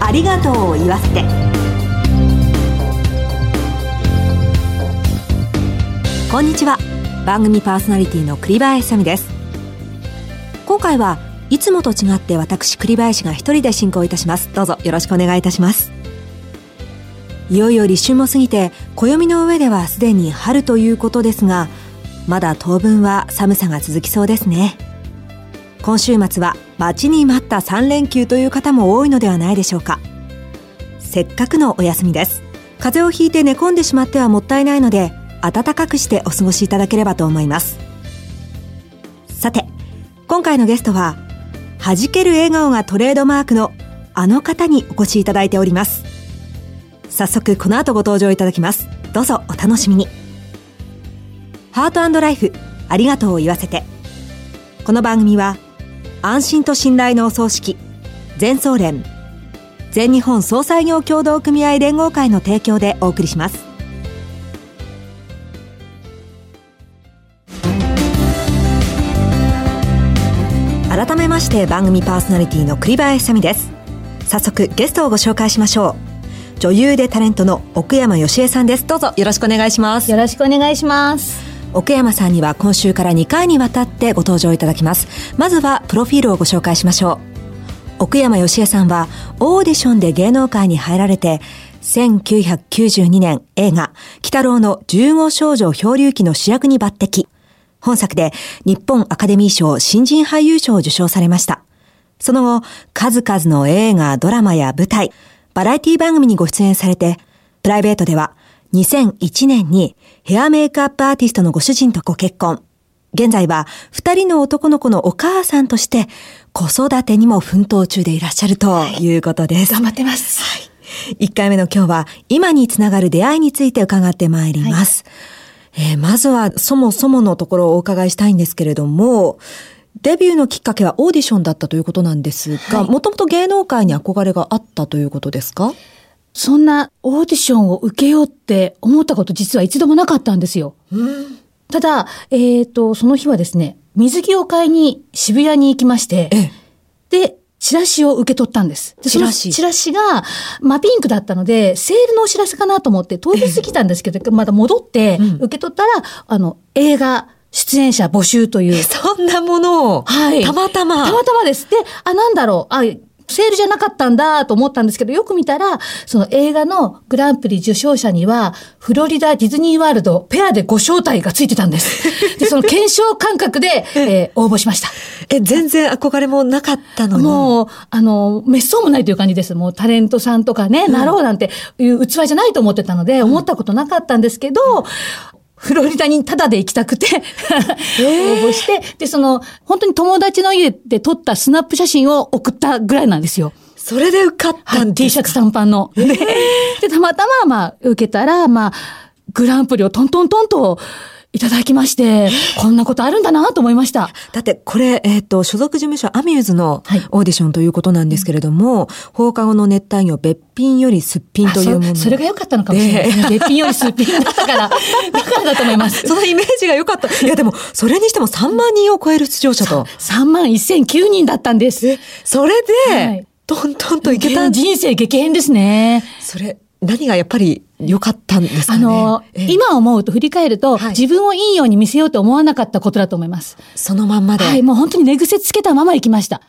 ありがとうを言わせて。こんにちは。番組パーソナリティの栗林さみです。今回はいつもと違って私栗林が一人で進行いたします。どうぞよろしくお願いいたします。いよいよ立春も過ぎて、暦の上ではすでに春ということですが、まだ当分は寒さが続きそうですね。今週末は待ちに待った3連休という方も多いのではないでしょうか。せっかくのお休みです。風邪をひいて寝込んでしまってはもったいないので、暖かくしてお過ごしいただければと思います。さて、今回のゲストは弾ける笑顔がトレードマークのあの方にお越しいただいております。早速この後ご登場いただきます。どうぞお楽しみに。ハート&ライフ、ありがとうを言わせて。この番組は安心と信頼のお葬式全総連、全日本総裁業協同組合連合会の提供でお送りします。改めまして番組パーソナリティの栗林さみです。早速ゲストをご紹介しましょう。女優でタレントの奥山佳恵さんです。どうぞよろしくお願いします。 よろしくお願いします。 奥山さんには今週から2回にわたってご登場いただきます。まずはプロフィールをご紹介しましょう。奥山佳恵さんはオーディションで芸能界に入られて、1992年映画鬼太郎の15少女漂流記の主役に抜擢。本作で日本アカデミー賞新人俳優賞を受賞されました。その後、数々の映画、ドラマや舞台、バラエティ番組にご出演されて、プライベートでは2001年にヘアメイクアップアーティストのご主人とご結婚。現在は2人の男の子のお母さんとして子育てにも奮闘中でいらっしゃるということです。 頑張ってます。 はい。1回目の今日は今につながる出会いについて伺ってまいります。まずはそもそものところをお伺いしたいんですけれども、デビューのきっかけはオーディションだったということなんですが、もともと芸能界に憧れがあったということですか？ そんなオーディションを受けようって思ったこと実は一度もなかったんですよ。ただ、その日はですね、水着を買いに渋谷に行きまして、で、チラシを受け取ったんです。で、そのチラシが、ピンクだったので、セールのお知らせかなと思って通り過ぎたんですけど、また戻って受け取ったら、映画出演者募集という。 そんなものを、はい、たまたまです。で、なんだろう、セールじゃなかったんだと思ったんですけど、よく見たら、その映画のグランプリ受賞者には、フロリダディズニーワールドペアでご招待がついてたんです。で、その検証感覚で、応募しました。 全然憧れもなかったのに。 もう、滅相もないという感じです。もうタレントさんとかね、なろうなんていう器じゃないと思ってたので、思ったことなかったんですけど、フロリダにタダで行きたくて応募して、で、本当に友達の家で撮ったスナップ写真を送ったぐらいなんですよ。 それで受かったんですか？ T シャツ短パンの。で、たまたま、受けたら、グランプリをトントントンといただきまして、こんなことあるんだなと思いました。 だってこれ、所属事務所アミューズのオーディションということなんですけれども、放課後の熱帯魚べっぴんよりすっぴんというもの。 それが良かったのかもしれないですね。べっぴんよりすっぴんだったから、だからだと思います。 そのイメージが良かった。いやでも、それにしても3万人を超える出場者と。 3万1009人だったんです。 それで、トントンといけた。 人生激変ですね。 それ、何がやっぱり良かったんですかね。 今思うと振り返ると、自分をいいように見せようと思わなかったことだと思います。 そのまんまで。 はい、もう本当に寝癖つけたまま行きました。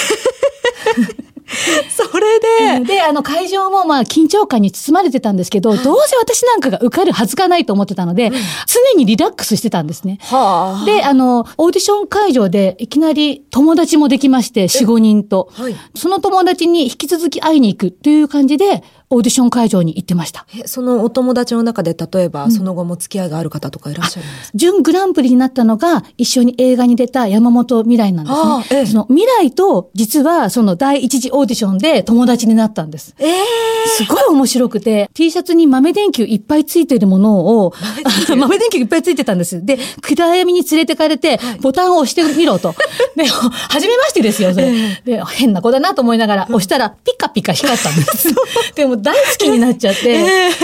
それで、会場も緊張感に包まれてたんですけど、どうせ私なんかが受かるはずがないと思ってたので、常にリラックスしてたんですね。で、オーディション会場でいきなり友達もできまして、4、5人と。その友達に引き続き会いに行くという感じで、オーディション会場に行ってました。 そのお友達の中で例えばその後も付き合いがある方とかいらっしゃるんですか？ 準グランプリになったのが一緒に映画に出た山本未来なんですね。その未来と実はその第一次オーディションで友達になったんです。すごい面白くて T シャツに豆電球いっぱいついてるものを豆電球いっぱいついてたんです。で、暗闇に連れてかれてボタンを押してみろと。で、初めましてですよそれ。で、変な子だなと思いながら押したらピカピカ光ったんです。でも大好きになっちゃって、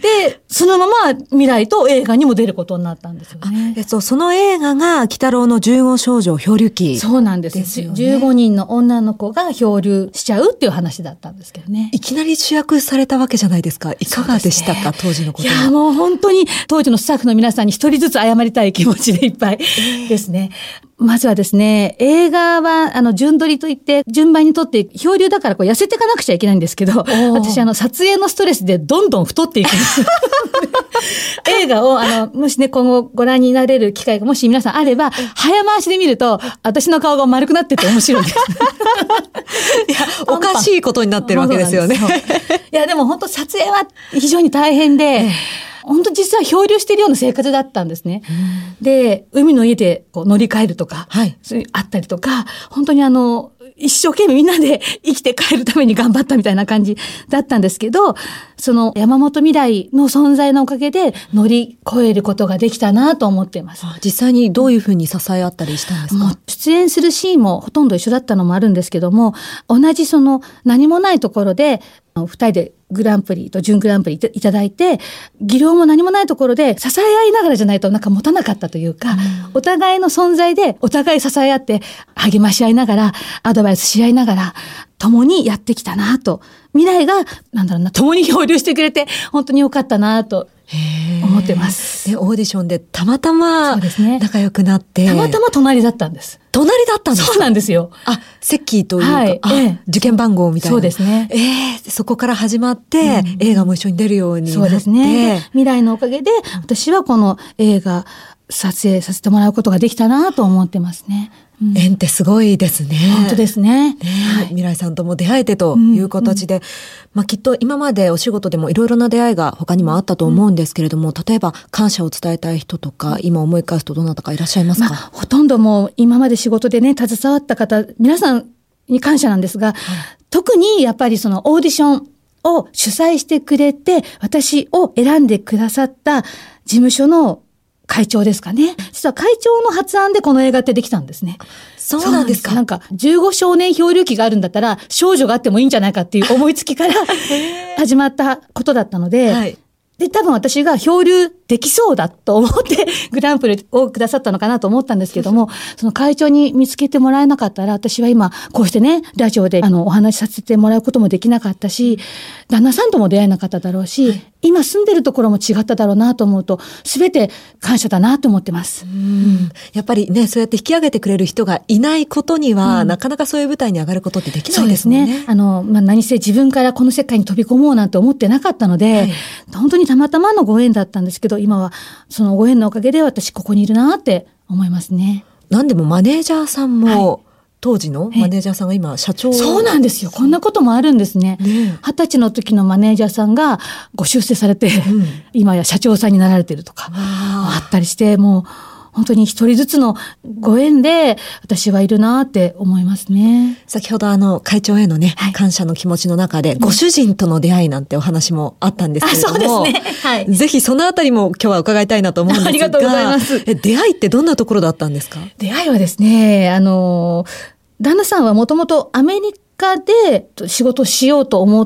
で、そのまま未来と映画にも出ることになったんですよね。 その映画が、鬼太郎の15少女漂流記。 そうなんです。ですよね。15人の女の子が漂流しちゃうっていう話だったんですけどね。 いきなり主役されたわけじゃないですか。いかがでしたか、当時のことは。 いや、もう本当に当時のスタッフの皆さんに一人ずつ謝りたい気持ちでいっぱいですね。まずはですね、映画は、順撮りといって、順番に撮って、漂流だからこう痩せていかなくちゃいけないんですけど、私、撮影のストレスでどんどん太っていくんです。映画を、もしね、今後ご覧になれる機会がもし皆さんあれば、早回しで見ると、私の顔が丸くなってて面白いです。 いや、おかしいことになってるわけですよね。 いや、でも本当撮影は非常に大変で、本当実は漂流しているような生活だったんですね。で、海の家でこう乗り換えるとか、そういうあったりとか、本当に一生懸命みんなで生きて帰るために頑張ったみたいな感じだったんですけど、その山本未来の存在のおかげで乗り越えることができたなと思っています。 実際にどういうふうに支え合ったりしたんですか？ もう出演するシーンもほとんど一緒だったのもあるんですけども、同じその何もないところで、二人でグランプリと準グランプリいただいて、技量も何もないところで支え合いながらじゃないとなんか持たなかったというか、お互いの存在でお互い支え合って励まし合いながら、アドバイスし合いながら、共にやってきたなと。未来が、共に漂流してくれて、本当に良かったなと思ってます。 で、オーディションでたまたま仲良くなって。 たまたま隣だったんです。 隣だったんですか？ そうなんですよ。 席というか、受験番号みたいな。 そうですね。 そこから始まって、映画も一緒に出るようになって。 そうですね。未来のおかげで、私はこの映画、撮影させてもらうことができたなと思ってますね。 縁ってすごいですね。 本当ですね。 未来さんとも出会えてという形で、きっと今までお仕事でもいろいろな出会いが他にもあったと思うんですけれども、例えば感謝を伝えたい人とか、今思い返すとどなたかいらっしゃいますか？ ほとんどもう今まで仕事でね、携わった方、皆さんに感謝なんですが、特にやっぱりそのオーディションを主催してくれて、私を選んでくださった事務所の会長ですかね。実は会長の発案でこの映画ってできたんですね。 そうなんですか。 なんか15少年漂流記があるんだったら少女があってもいいんじゃないかっていう思いつきから始まったことだったので、で、多分私が漂流できそうだと思ってグランプリをくださったのかなと思ったんですけども、その会長に見つけてもらえなかったら、私は今こうしてね、ラジオでお話しさせてもらうこともできなかったし、旦那さんとも出会えなかっただろうし、今住んでるところも違っただろうなと思うと、すべて感謝だなと思ってます。 やっぱりね、そうやって引き上げてくれる人がいないことには、なかなかそういう舞台に上がることってできないですもんね。そうですね。何せ自分からこの世界に飛び込もうなんて思ってなかったので、本当にたまたまのご縁だったんですけど、今はそのご縁のおかげで私ここにいるなって思いますね。 なんでもマネージャーさんも、当時のマネージャーさんが今社長。 そうなんですよ。こんなこともあるんですね。20歳の時のマネージャーさんがご出世されて、今や社長さんになられてるとかあったりして、もう本当に一人ずつのご縁で私はいるなって思いますね。 先ほど会長へのね、感謝の気持ちの中で、ご主人との出会いなんてお話もあったんですけれども、 そうですね。 ぜひそのあたりも今日は伺いたいなと思うんですが、 ありがとうございます。 出会いってどんなところだったんですか？ 出会いはですね、旦那さんはもともとアメリカで仕事をしようと思って、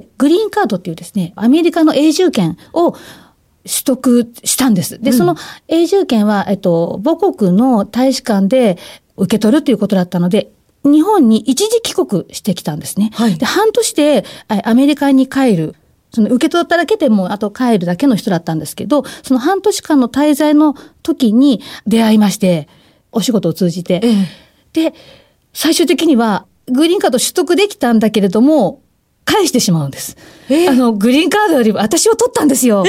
グリーンカードっていうですね、アメリカの永住権を取得したんです。で、その永住権は、母国の大使館で受け取るということだったので、日本に一時帰国してきたんですね。で、半年でアメリカに帰る。その受け取っただけでもあと帰るだけの人だったんですけど、その半年間の滞在の時に出会いまして、お仕事を通じて。で、最終的にはグリーンカード取得できたんだけれども、返してしまうんです。グリーンカードより私を取ったんですよ。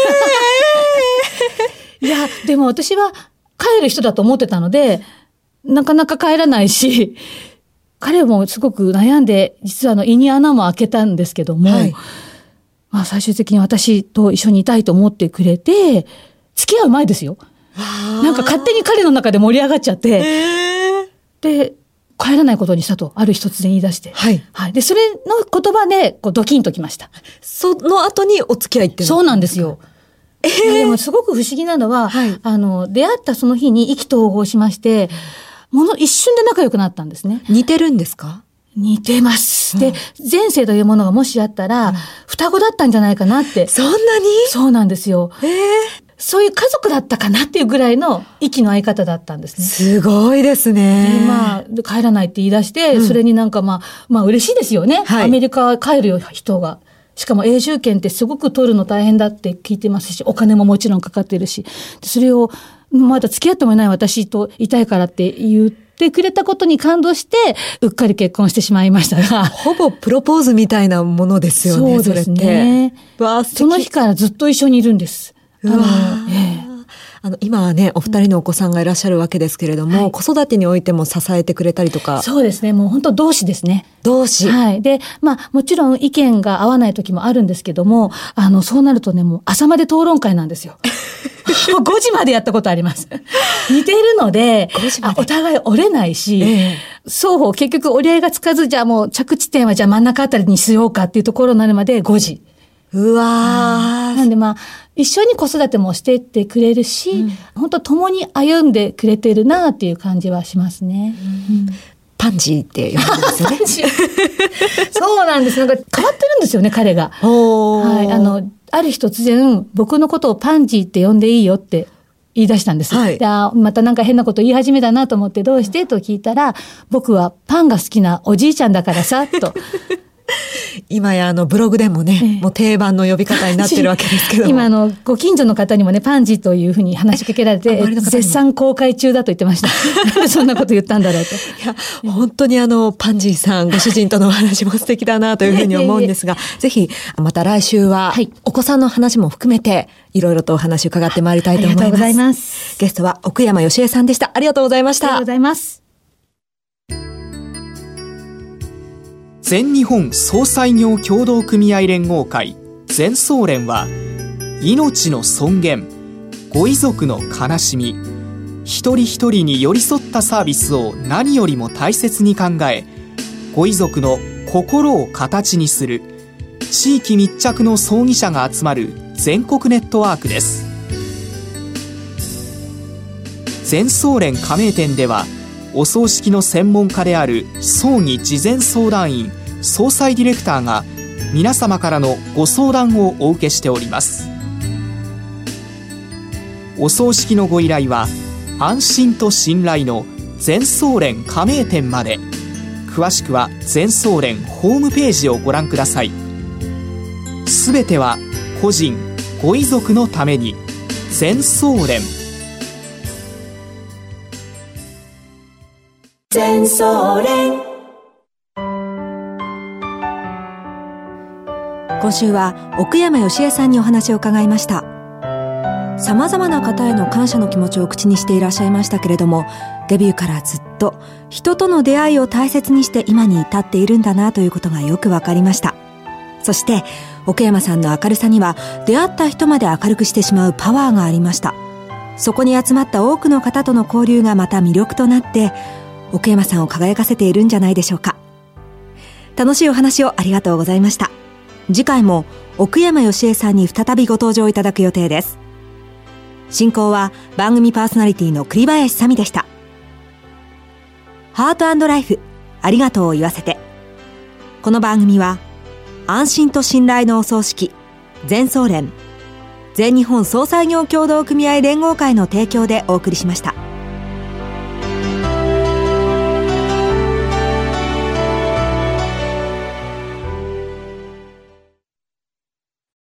いや、でも私は帰る人だと思ってたので、なかなか帰らないし、彼もすごく悩んで、実は胃に穴も開けたんですけども、最終的に私と一緒にいたいと思ってくれて、付き合う前ですよ。なんか勝手に彼の中で盛り上がっちゃって、で、帰らないことにしたと、ある日突然言い出して。で、それの言葉で、ドキンときました。 その後にお付き合いってそうなんですよ。でもすごく不思議なのは、出会ったその日に意気投合しまして、一瞬で仲良くなったんですね。 似てるんですか？ 似てます。で、前世というものがもしあったら、双子だったんじゃないかなって。 そんなに？ そうなんですよ。そういう家族だったかなっていうぐらいの息の合い方だったんですね。 すごいですね。 で帰らないって言い出して、それになんかまあ嬉しいですよね。アメリカ帰るよ、人が。しかも永住権ってすごく取るの大変だって聞いてますし、お金ももちろんかかってるし。それを、まだ付き合ってもいない私といたいからって言ってくれたことに感動して、うっかり結婚してしまいましたが。 ほぼプロポーズみたいなものですよね、 そうですね。その日からずっと一緒にいるんです。 今はね、お二人のお子さんがいらっしゃるわけですけれども、子育てにおいても支えてくれたりとか。 そうですね。もう本当同志ですね。 同志。 はい。で、もちろん意見が合わない時もあるんですけども、そうなるとね、もう朝まで討論会なんですよ。5時までやったことあります。似ているので、お互い折れないし、双方結局折り合いがつかず、じゃあもう着地点はじゃあ真ん中あたりにしようかっていうところになるまで5時。 うわー。 なんで一緒に子育てもしてってくれるし、本当共に歩んでくれてるなっていう感じはしますね。 パンジーって呼んでるんですよね。パンジーそうなんです。なんか変わってるんですよね、彼が。はい。ある日突然、僕のことをパンジーって呼んでいいよって言い出したんです。でまたなんか変なこと言い始めたなと思って、どうしてと聞いたら、僕はパンが好きなおじいちゃんだからさ、と。 今やブログでもね、もう定番の呼び方になってるわけですけども。 今ご近所の方にもね、パンジーというふうに話しかけられて、絶賛公開中だと言ってました。なんでそんなこと言ったんだろうと。 いや、本当にパンジーさん、ご主人とのお話も素敵だなというふうに思うんですが、ぜひ、また来週は、お子さんの話も含めて、いろいろとお話伺ってまいりたいと思います。ありがとうございます。ゲストは奥山佳恵さんでした。ありがとうございました。 ありがとうございます。 全日本総裁業協同組合連合会全総連は、命の尊厳、ご遺族の悲しみ、一人一人に寄り添ったサービスを何よりも大切に考え、ご遺族の心を形にする地域密着の葬儀社が集まる全国ネットワークです。全総連加盟店では、お葬式の専門家である葬儀事前相談員、総裁ディレクターが皆様からのご相談をお受けしております。お葬式のご依頼は安心と信頼の全総連加盟店まで。詳しくは全総連ホームページをご覧ください。すべては個人ご遺族のために。全総連。 全総連。今週は奥山佳恵さんにお話を伺いました。様々な方への感謝の気持ちを口にしていらっしゃいましたけれども、デビューからずっと人との出会いを大切にして今に至っているんだなということがよくわかりました。そして奥山さんの明るさには、出会った人まで明るくしてしまうパワーがありました。そこに集まった多くの方との交流がまた魅力となって、奥山さんを輝かせているんじゃないでしょうか。楽しいお話をありがとうございました。次回も奥山佳恵さんに再びご登場いただく予定です。進行は番組パーソナリティの栗林さみでした。ハート&ライフ、ありがとうを言わせて。この番組は安心と信頼のお葬式全総連、全日本総裁業協同組合連合会の提供でお送りしました。